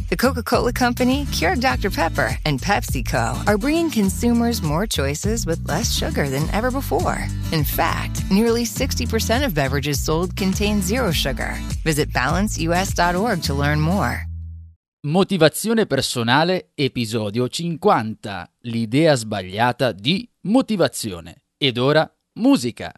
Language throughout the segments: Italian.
The Coca-Cola Company, Keurig Dr. Pepper, and PepsiCo are bringing consumers more choices with less sugar than ever before. In fact, nearly 60% of beverages sold contain zero sugar. Visit balanceus.org to learn more. Motivazione personale, episodio 50. L'idea sbagliata di motivazione. Ed ora, musica.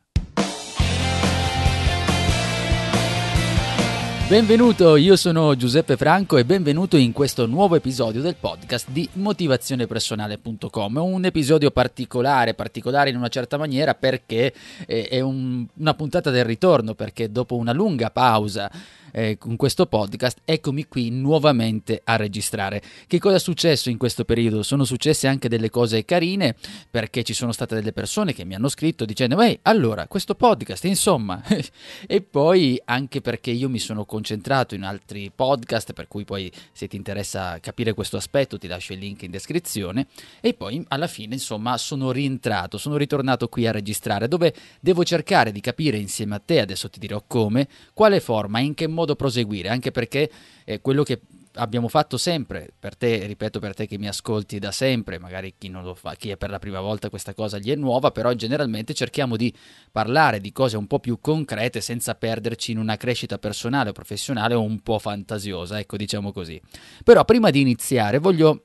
Benvenuto, io sono Giuseppe Franco e benvenuto in questo nuovo episodio del podcast di motivazionepersonale.com. Un episodio particolare in una certa maniera perché è una puntata del ritorno, perché dopo una lunga pausa con questo podcast eccomi qui nuovamente a registrare. Che cosa è successo in questo periodo? Sono successe anche delle cose carine, perché ci sono state delle persone che mi hanno scritto dicendo allora questo podcast insomma e poi anche perché io mi sono concentrato in altri podcast, per cui poi se ti interessa capire questo aspetto ti lascio il link in descrizione, e poi alla fine insomma sono ritornato qui a registrare, dove devo cercare di capire insieme a te, adesso ti dirò come, quale forma, in che modo proseguire, anche perché quello che abbiamo fatto sempre, per te, ripeto, per te che mi ascolti da sempre, magari chi non lo fa, chi è per la prima volta questa cosa gli è nuova, però generalmente cerchiamo di parlare di cose un po' più concrete senza perderci in una crescita personale o professionale un po' fantasiosa, ecco, diciamo così. Però prima di iniziare voglio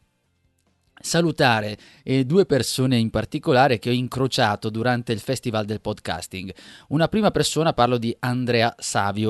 salutare due persone in particolare che ho incrociato durante il Festival del Podcasting. Una prima persona, parlo di Andrea Savio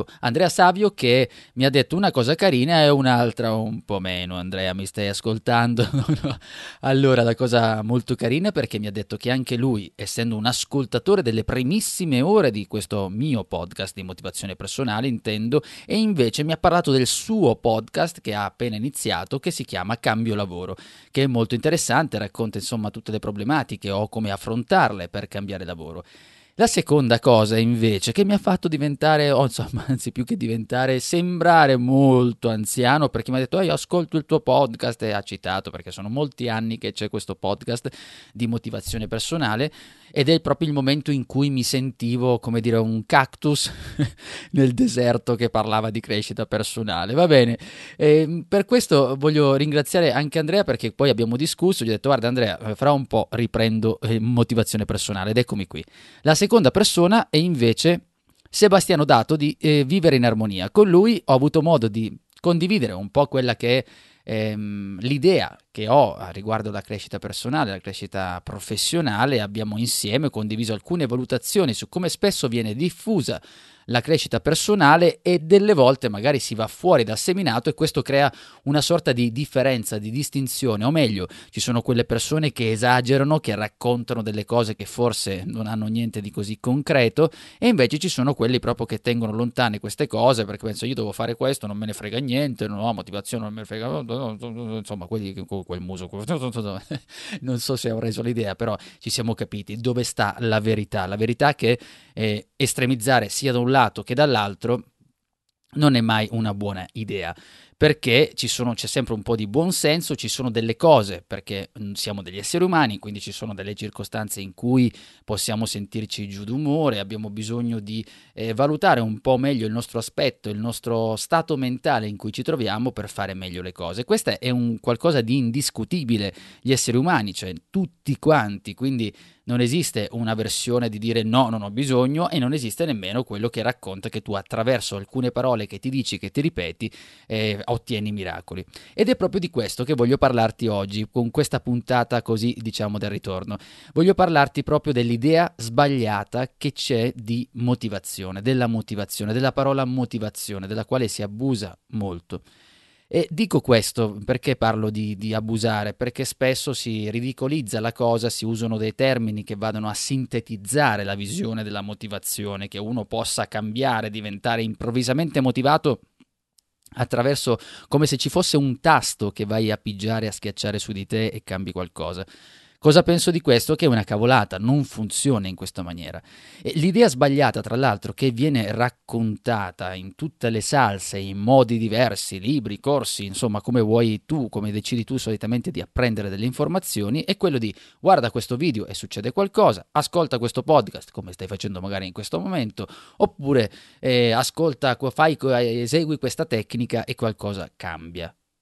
che mi ha detto una cosa carina e un'altra un po' meno. Andrea, mi stai ascoltando? Allora, la cosa molto carina, perché mi ha detto che anche lui, essendo un ascoltatore delle primissime ore di questo mio podcast di motivazione personale, intendo, e invece mi ha parlato del suo podcast che ha appena iniziato, che si chiama Cambio Lavoro, che è molto interessante, racconta insomma tutte le problematiche o come affrontarle per cambiare lavoro. La seconda cosa invece che mi ha fatto diventare, anzi più che diventare, sembrare molto anziano, perché mi ha detto io ascolto il tuo podcast, e ha citato, perché sono molti anni che c'è questo podcast di motivazione personale, ed è proprio il momento in cui mi sentivo, come dire, un cactus nel deserto che parlava di crescita personale. Va bene, per questo voglio ringraziare anche Andrea, perché poi abbiamo discusso, gli ho detto guarda Andrea, fra un po' riprendo motivazione personale, ed eccomi qui. La seconda persona è invece Sebastiano Dato di Vivere in Armonia. Con lui ho avuto modo di condividere un po' quella che è l'idea che ho riguardo la crescita personale, la crescita professionale. Abbiamo insieme condiviso alcune valutazioni su come spesso viene diffusa la crescita personale e delle volte magari si va fuori dal seminato, e questo crea una sorta di differenza, di distinzione, o meglio, ci sono quelle persone che esagerano, che raccontano delle cose che forse non hanno niente di così concreto, e invece ci sono quelli proprio che tengono lontane queste cose, perché pensano io devo fare questo, non me ne frega niente, non ho motivazione, non me ne frega, insomma quelli con quel muso, non so se ho reso l'idea, però ci siamo capiti dove sta la verità che estremizzare sia da un lato che dall'altro non è mai una buona idea, perché c'è sempre un po' di buon senso, ci sono delle cose, perché siamo degli esseri umani, quindi ci sono delle circostanze in cui possiamo sentirci giù d'umore, abbiamo bisogno di valutare un po' meglio il nostro aspetto, il nostro stato mentale in cui ci troviamo per fare meglio le cose. Questo è un qualcosa di indiscutibile, gli esseri umani, cioè tutti quanti, quindi non esiste una versione di dire no, non ho bisogno, e non esiste nemmeno quello che racconta che tu attraverso alcune parole che ti dici, che ti ripeti, ottieni miracoli. Ed è proprio di questo che voglio parlarti oggi, con questa puntata così, diciamo, del ritorno. Voglio parlarti proprio dell'idea sbagliata che c'è di motivazione, della parola motivazione, della quale si abusa molto. E dico questo perché parlo di abusare, perché spesso si ridicolizza la cosa, si usano dei termini che vadano a sintetizzare la visione della motivazione, che uno possa cambiare, diventare improvvisamente motivato attraverso, come se ci fosse un tasto che vai a pigiare, a schiacciare su di te e cambi qualcosa. Cosa penso di questo? Che è una cavolata, non funziona in questa maniera. E l'idea sbagliata, tra l'altro, che viene raccontata in tutte le salse, in modi diversi, libri, corsi, insomma, come vuoi tu, come decidi tu solitamente di apprendere delle informazioni, è quello di guarda questo video e succede qualcosa, ascolta questo podcast, come stai facendo magari in questo momento, oppure esegui questa tecnica e qualcosa cambia.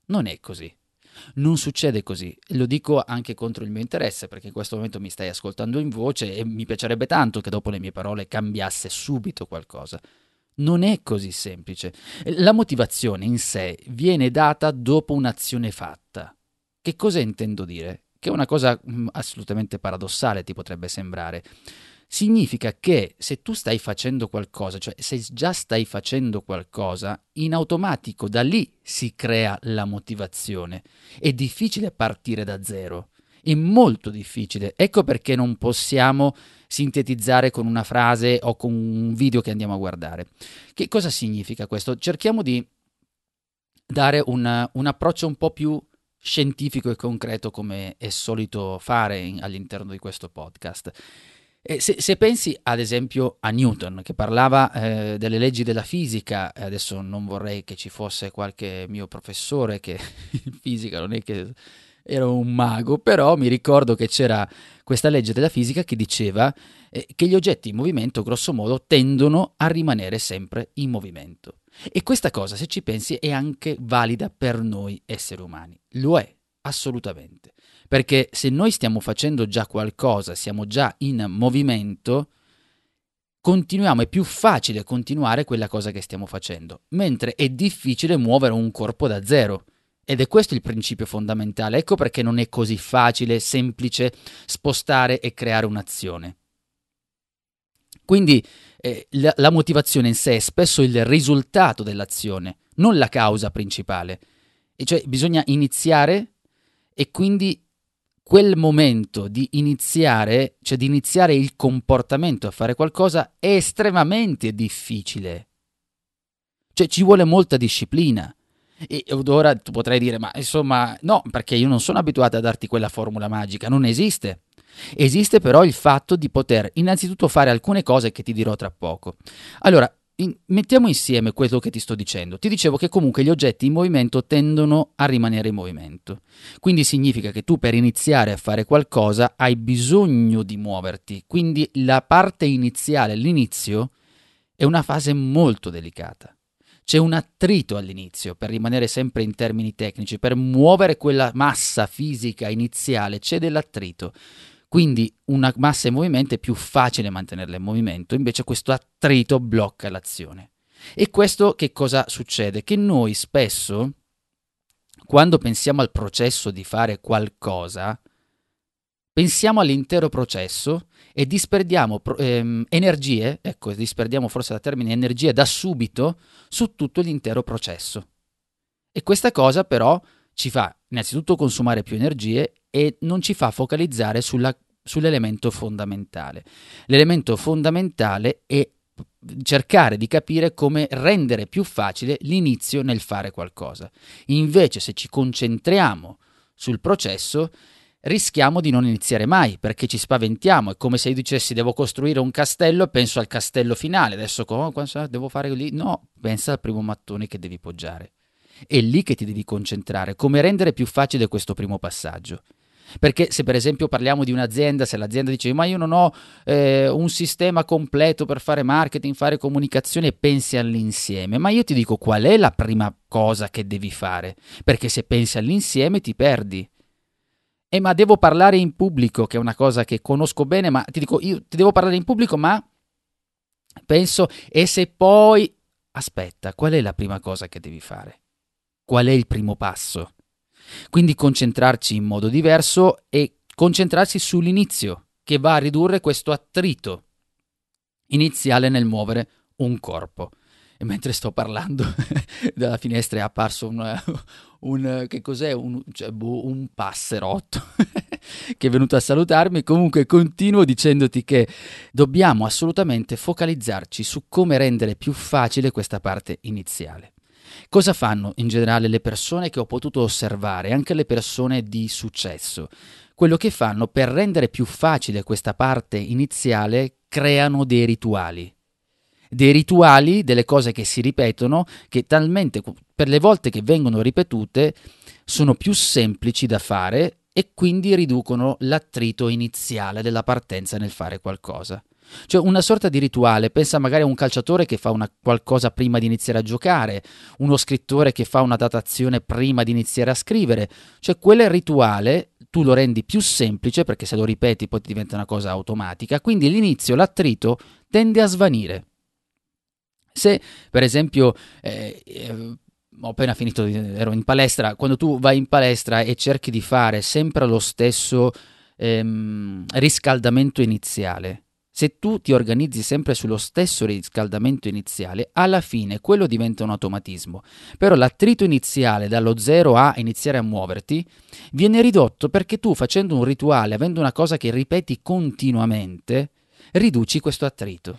Non è così. Non succede così. Lo dico anche contro il mio interesse, perché in questo momento mi stai ascoltando in voce e mi piacerebbe tanto che dopo le mie parole cambiasse subito qualcosa. Non è così semplice. La motivazione in sé viene data dopo un'azione fatta. Che cosa intendo dire? Che è una cosa assolutamente paradossale, ti potrebbe sembrare. Significa che se tu stai facendo qualcosa, cioè se già stai facendo qualcosa, in automatico da lì si crea la motivazione. È difficile partire da zero, è molto difficile. Ecco perché non possiamo sintetizzare con una frase o con un video che andiamo a guardare. Che cosa significa questo? Cerchiamo di dare un approccio un po' più scientifico e concreto come è solito fare all'interno di questo podcast. Se pensi ad esempio a Newton che parlava delle leggi della fisica, adesso non vorrei che ci fosse qualche mio professore che in fisica non è che era un mago, però mi ricordo che c'era questa legge della fisica che diceva che gli oggetti in movimento, grosso modo, tendono a rimanere sempre in movimento. E questa cosa, se ci pensi, è anche valida per noi esseri umani. Lo è, assolutamente. Perché se noi stiamo facendo già qualcosa, siamo già in movimento, continuiamo, è più facile continuare quella cosa che stiamo facendo, mentre è difficile muovere un corpo da zero. Ed è questo il principio fondamentale. Ecco perché non è così facile, semplice spostare e creare un'azione. Quindi la motivazione in sé è spesso il risultato dell'azione, non la causa principale. E cioè bisogna iniziare e quindi quel momento di iniziare, cioè di iniziare il comportamento a fare qualcosa è estremamente difficile. Cioè ci vuole molta disciplina. E ora tu potrai dire, ma insomma, no, perché io non sono abituato a darti quella formula magica, non esiste. Esiste però il fatto di poter innanzitutto fare alcune cose che ti dirò tra poco. Allora, mettiamo insieme quello che ti sto dicendo. Ti dicevo che comunque gli oggetti in movimento tendono a rimanere in movimento. Quindi significa che tu per iniziare a fare qualcosa hai bisogno di muoverti. Quindi la parte iniziale, l'inizio, è una fase molto delicata. C'è un attrito all'inizio, per rimanere sempre in termini tecnici, per muovere quella massa fisica iniziale c'è dell'attrito. Quindi una massa in movimento è più facile mantenerla in movimento, invece questo attrito blocca l'azione. E questo che cosa succede? Che noi spesso, quando pensiamo al processo di fare qualcosa, pensiamo all'intero processo e disperdiamo energie, ecco, disperdiamo forse il termine energie da subito su tutto l'intero processo. E questa cosa però ci fa innanzitutto consumare più energie e non ci fa focalizzare sull'elemento fondamentale. L'elemento fondamentale è cercare di capire come rendere più facile l'inizio nel fare qualcosa. Invece se ci concentriamo sul processo rischiamo di non iniziare mai perché ci spaventiamo. È come se io dicessi devo costruire un castello e penso al castello finale, adesso devo fare lì, no, pensa al primo mattone che devi poggiare. È lì che ti devi concentrare, come rendere più facile questo primo passaggio. Perché se per esempio parliamo di un'azienda, se l'azienda dice ma io non ho un sistema completo per fare marketing, fare comunicazione, pensi all'insieme, ma io ti dico qual è la prima cosa che devi fare, perché se pensi all'insieme ti perdi. Ma devo parlare in pubblico, che è una cosa che conosco bene, ma ti dico, io ti devo parlare in pubblico, ma penso, e se poi... Aspetta, qual è la prima cosa che devi fare? Qual è il primo passo? Quindi concentrarci in modo diverso e concentrarsi sull'inizio, che va a ridurre questo attrito iniziale nel muovere un corpo. E mentre sto parlando dalla finestra è apparso che cos'è? Un passerotto che è venuto a salutarmi. Comunque continuo dicendoti che dobbiamo assolutamente focalizzarci su come rendere più facile questa parte iniziale. Cosa fanno in generale le persone che ho potuto osservare, anche le persone di successo? Quello che fanno per rendere più facile questa parte iniziale, creano dei rituali, delle cose che si ripetono, che talmente per le volte che vengono ripetute sono più semplici da fare e quindi riducono l'attrito iniziale della partenza nel fare qualcosa. Cioè una sorta di rituale, pensa magari a un calciatore che fa qualcosa prima di iniziare a giocare, uno scrittore che fa una datazione prima di iniziare a scrivere, cioè quel rituale tu lo rendi più semplice perché se lo ripeti poi ti diventa una cosa automatica, quindi all'inizio l'attrito tende a svanire. Se per esempio ho appena finito, ero in palestra, quando tu vai in palestra e cerchi di fare sempre lo stesso riscaldamento iniziale, se tu ti organizzi sempre sullo stesso riscaldamento iniziale, alla fine quello diventa un automatismo. Però l'attrito iniziale dallo 0 a iniziare a muoverti viene ridotto perché tu facendo un rituale, avendo una cosa che ripeti continuamente, riduci questo attrito.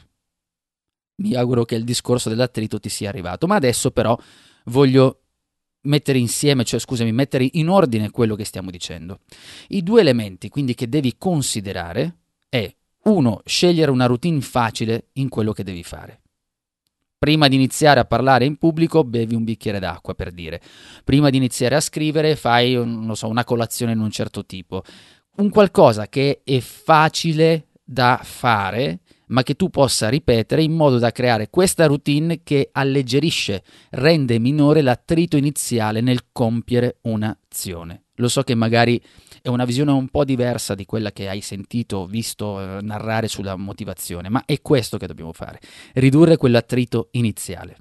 Mi auguro che il discorso dell'attrito ti sia arrivato, ma adesso però voglio mettere insieme, cioè scusami, mettere in ordine quello che stiamo dicendo. I due elementi quindi che devi considerare è: uno, scegliere una routine facile in quello che devi fare. Prima di iniziare a parlare in pubblico bevi un bicchiere d'acqua, per dire. Prima di iniziare a scrivere fai, non lo so, una colazione in un certo tipo. Un qualcosa che è facile da fare, ma che tu possa ripetere in modo da creare questa routine che alleggerisce, rende minore l'attrito iniziale nel compiere un'azione. Lo so che magari è una visione un po' diversa di quella che hai sentito, visto narrare sulla motivazione, ma è questo che dobbiamo fare, ridurre quell'attrito iniziale.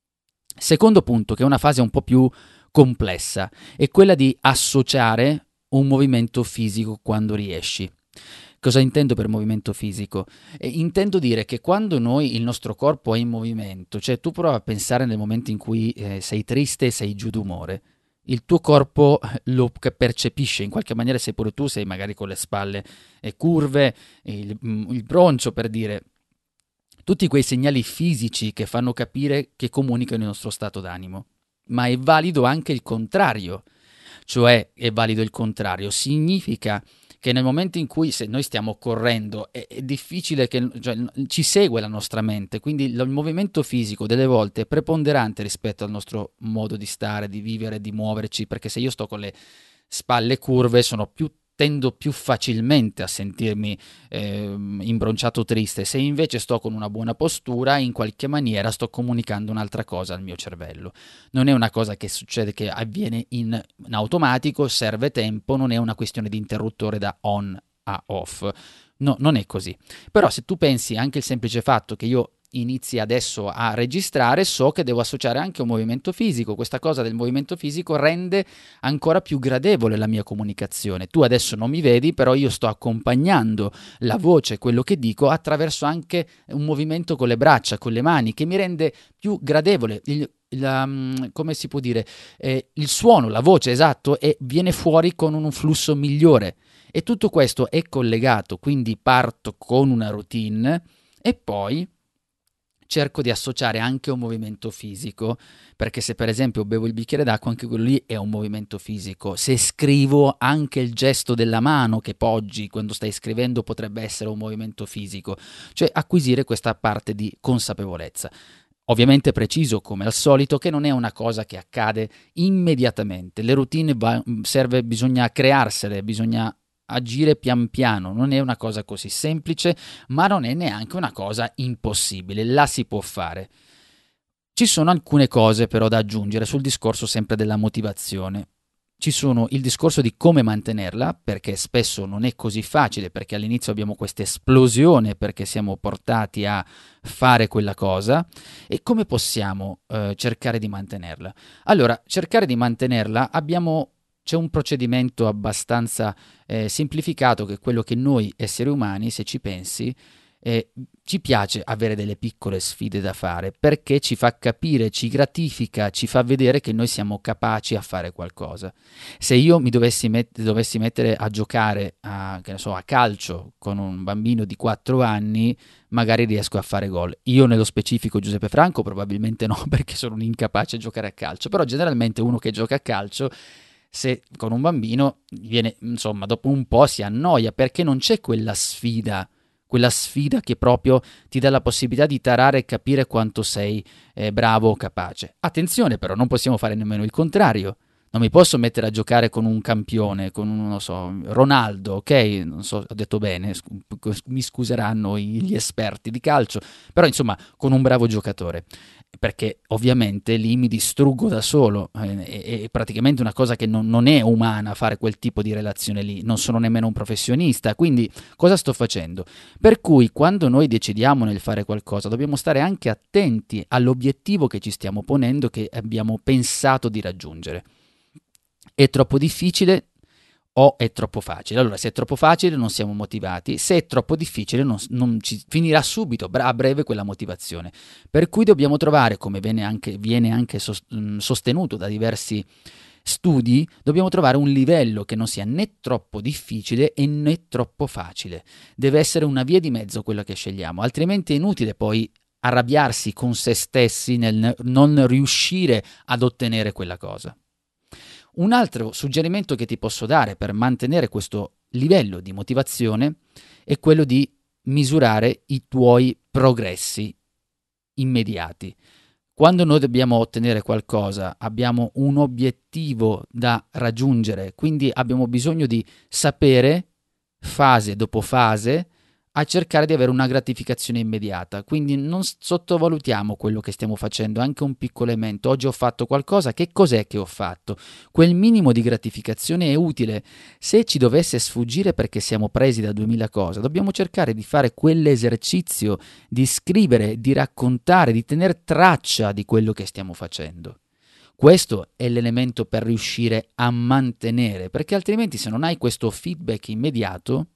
Secondo punto, che è una fase un po' più complessa, è quella di associare un movimento fisico quando riesci. Cosa intendo per movimento fisico? Intendo dire che quando il nostro corpo è in movimento, cioè tu prova a pensare nel momento in cui sei triste e sei giù d'umore, il tuo corpo lo percepisce, in qualche maniera sei pure tu, sei magari con le spalle curve, il broncio per dire, tutti quei segnali fisici che fanno capire, che comunicano il nostro stato d'animo. Ma è valido anche il contrario, cioè è valido il contrario, significa che nel momento in cui se noi stiamo correndo è difficile che ci segue la nostra mente, quindi il movimento fisico delle volte è preponderante rispetto al nostro modo di stare, di vivere, di muoverci, perché se io sto con le spalle curve tendo più facilmente a sentirmi imbronciato triste. Se invece sto con una buona postura, in qualche maniera sto comunicando un'altra cosa al mio cervello. Non è una cosa che succede, che avviene in automatico, serve tempo, non è una questione di interruttore da on a off. No, non è così. Però se tu pensi anche il semplice fatto che io inizi adesso a registrare, so che devo associare anche un movimento fisico. Questa cosa del movimento fisico rende ancora più gradevole la mia comunicazione. Tu adesso non mi vedi, però io sto accompagnando la voce, quello che dico, attraverso anche un movimento con le braccia, con le mani, che mi rende più gradevole come si può dire, il suono, la voce, esatto, e viene fuori con un flusso migliore. E tutto questo è collegato, quindi parto con una routine e poi cerco di associare anche un movimento fisico, perché se per esempio bevo il bicchiere d'acqua, anche quello lì è un movimento fisico. Se scrivo, anche il gesto della mano che poggi quando stai scrivendo potrebbe essere un movimento fisico, cioè acquisire questa parte di consapevolezza. Ovviamente preciso, come al solito, che non è una cosa che accade immediatamente. Le routine bisogna crearsele, bisogna agire pian piano, non è una cosa così semplice, ma non è neanche una cosa impossibile, la si può fare. Ci sono alcune cose però da aggiungere sul discorso sempre della motivazione. Ci sono il discorso di come mantenerla, perché spesso non è così facile, perché all'inizio abbiamo questa esplosione perché siamo portati a fare quella cosa, e come possiamo cercare di mantenerla. Allora, cercare di mantenerla c'è un procedimento abbastanza semplificato, che è quello che noi esseri umani, se ci pensi, ci piace avere delle piccole sfide da fare, perché ci fa capire, ci gratifica, ci fa vedere che noi siamo capaci a fare qualcosa. Se io mi dovessi mettere a giocare a calcio con un bambino di 4 anni, magari riesco a fare gol. Io nello specifico Giuseppe Franco probabilmente no, perché sono un incapace a giocare a calcio, però generalmente uno che gioca a calcio, se con un bambino dopo un po' si annoia, perché non c'è quella sfida che proprio ti dà la possibilità di tarare e capire quanto sei bravo o capace. Attenzione però, non possiamo fare nemmeno il contrario. Non mi posso mettere a giocare con un campione, con un, non so, Ronaldo, ok? Non so, ho detto bene, mi scuseranno gli esperti di calcio, però insomma con un bravo giocatore, perché ovviamente lì mi distruggo da solo, è praticamente una cosa che non è umana fare quel tipo di relazione lì, non sono nemmeno un professionista, quindi cosa sto facendo? Per cui quando noi decidiamo nel fare qualcosa dobbiamo stare anche attenti all'obiettivo che ci stiamo ponendo, che abbiamo pensato di raggiungere. È troppo difficile o è troppo facile? Allora, se è troppo facile non siamo motivati, se è troppo difficile non ci finirà subito, a breve quella motivazione. Per cui dobbiamo trovare, come viene anche sostenuto da diversi studi, dobbiamo trovare un livello che non sia né troppo difficile e né troppo facile. Deve essere una via di mezzo quella che scegliamo, altrimenti è inutile poi arrabbiarsi con se stessi nel non riuscire ad ottenere quella cosa. Un altro suggerimento che ti posso dare per mantenere questo livello di motivazione è quello di misurare i tuoi progressi immediati. Quando noi dobbiamo ottenere qualcosa, abbiamo un obiettivo da raggiungere, quindi abbiamo bisogno di sapere, fase dopo fase, a cercare di avere una gratificazione immediata. Quindi non sottovalutiamo quello che stiamo facendo, anche un piccolo elemento. Oggi ho fatto qualcosa, che cos'è che ho fatto? Quel minimo di gratificazione è utile. Se ci dovesse sfuggire perché siamo presi da 2000 cose, dobbiamo cercare di fare quell'esercizio, di scrivere, di raccontare, di tenere traccia di quello che stiamo facendo. Questo è l'elemento per riuscire a mantenere, perché altrimenti se non hai questo feedback immediato,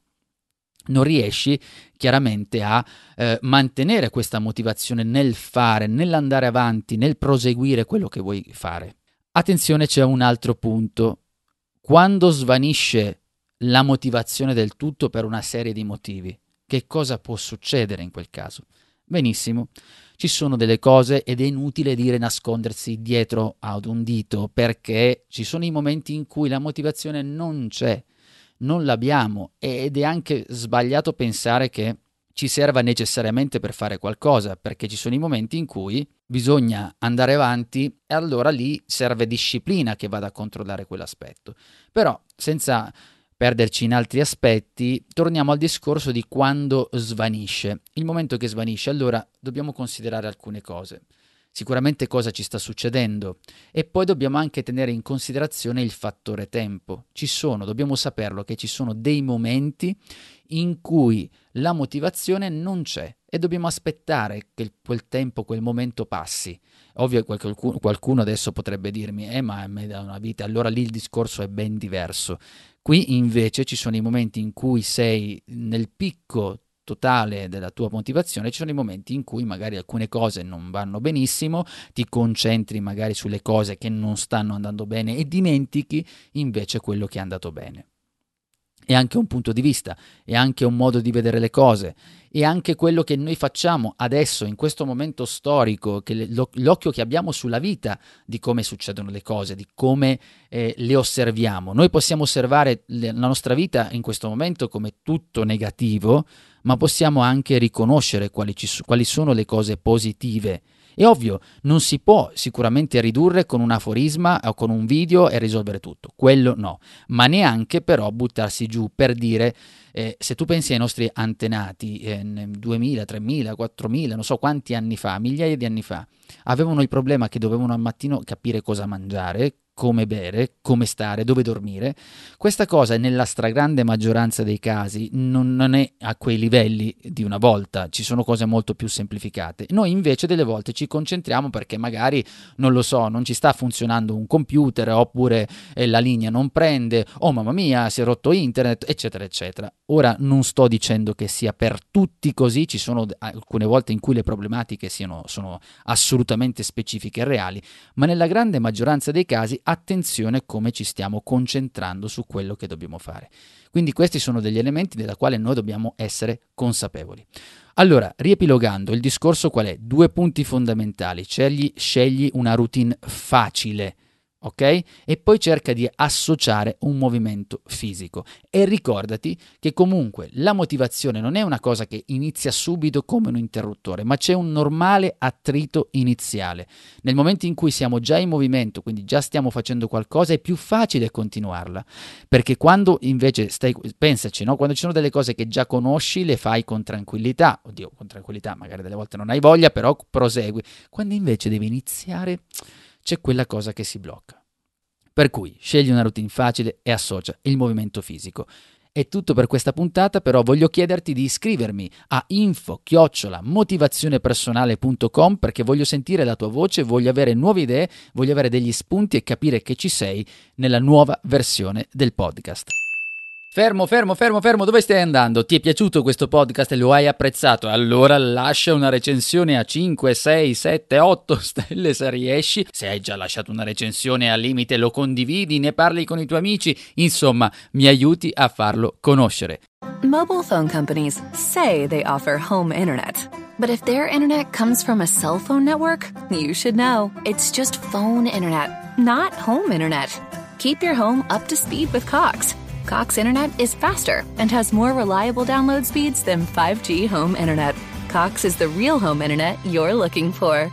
non riesci chiaramente a mantenere questa motivazione nel fare, nell'andare avanti, nel proseguire quello che vuoi fare. Attenzione, c'è un altro punto. Quando svanisce la motivazione del tutto per una serie di motivi, che cosa può succedere in quel caso? Benissimo, ci sono delle cose ed è inutile dire nascondersi dietro ad un dito, perché ci sono i momenti in cui la motivazione non c'è. Non l'abbiamo ed è anche sbagliato pensare che ci serva necessariamente per fare qualcosa, perché ci sono i momenti in cui bisogna andare avanti e allora lì serve disciplina che vada a controllare quell'aspetto. Però senza perderci in altri aspetti, torniamo al discorso di quando svanisce. Il momento che svanisce, allora dobbiamo considerare alcune cose. Sicuramente cosa ci sta succedendo e poi dobbiamo anche tenere in considerazione il fattore tempo. Dobbiamo saperlo che ci sono dei momenti in cui la motivazione non c'è e dobbiamo aspettare che quel tempo, quel momento passi. Ovvio qualcuno adesso potrebbe dirmi ma è da una vita, allora lì il discorso è ben diverso. Qui invece ci sono i momenti in cui sei nel picco totale della tua motivazione, ci sono i momenti in cui magari alcune cose non vanno benissimo, ti concentri magari sulle cose che non stanno andando bene e dimentichi invece quello che è andato bene. È anche un punto di vista, è anche un modo di vedere le cose, è anche quello che noi facciamo adesso, in questo momento storico, che l'occhio che abbiamo sulla vita, di come succedono le cose, di come le osserviamo. Noi possiamo osservare la nostra vita in questo momento come tutto negativo, ma possiamo anche riconoscere quali sono le cose positive. È ovvio, non si può sicuramente ridurre con un aforisma o con un video e risolvere tutto, quello no, ma neanche però buttarsi giù per dire, se tu pensi ai nostri antenati, 2000, 3000, 4000, non so quanti anni fa, migliaia di anni fa, avevano il problema che dovevano al mattino capire cosa mangiare, come bere, come stare, dove dormire. Questa cosa nella stragrande maggioranza dei casi non è a quei livelli di una volta, ci sono cose molto più semplificate. Noi invece delle volte ci concentriamo perché magari, non lo so, non ci sta funzionando un computer oppure la linea non prende, oh mamma mia si è rotto internet, eccetera eccetera. Ora non sto dicendo che sia per tutti così, ci sono alcune volte in cui le problematiche sono assolutamente specifiche e reali, ma nella grande maggioranza dei casi attenzione come ci stiamo concentrando su quello che dobbiamo fare. Quindi questi sono degli elementi della quale noi dobbiamo essere consapevoli. Allora, riepilogando, il discorso qual è? 2 punti fondamentali. Scegli una routine facile, ok? E poi cerca di associare un movimento fisico. E ricordati che comunque la motivazione non è una cosa che inizia subito come un interruttore, ma c'è un normale attrito iniziale. Nel momento in cui siamo già in movimento, quindi già stiamo facendo qualcosa, è più facile continuarla, perché quando invece pensaci, no? Quando ci sono delle cose che già conosci, le fai con tranquillità, magari delle volte non hai voglia, però prosegui. Quando invece devi iniziare, c'è quella cosa che si blocca. Per cui scegli una routine facile e associa il movimento fisico. È tutto per questa puntata, però voglio chiederti di iscrivermi a info@motivazionepersonale.com perché voglio sentire la tua voce, voglio avere nuove idee, voglio avere degli spunti e capire che ci sei nella nuova versione del podcast. Fermo, dove stai andando? Ti è piaciuto questo podcast e lo hai apprezzato? Allora lascia una recensione a 5, 6, 7, 8 stelle se riesci. Se hai già lasciato una recensione al limite lo condividi, ne parli con i tuoi amici, insomma mi aiuti a farlo conoscere. Mobile phone companies say they offer home internet. But if their internet comes from a cell phone network, you should know. It's just phone internet, not home internet. Keep your home up to speed with Cox. Cox Internet is faster and has more reliable download speeds than 5G home internet. Cox is the real home internet you're looking for.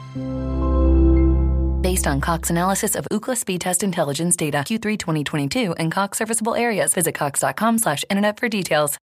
Based on Cox analysis of Ookla speed test intelligence data Q3 2022 and Cox serviceable areas, visit cox.com/internet for details.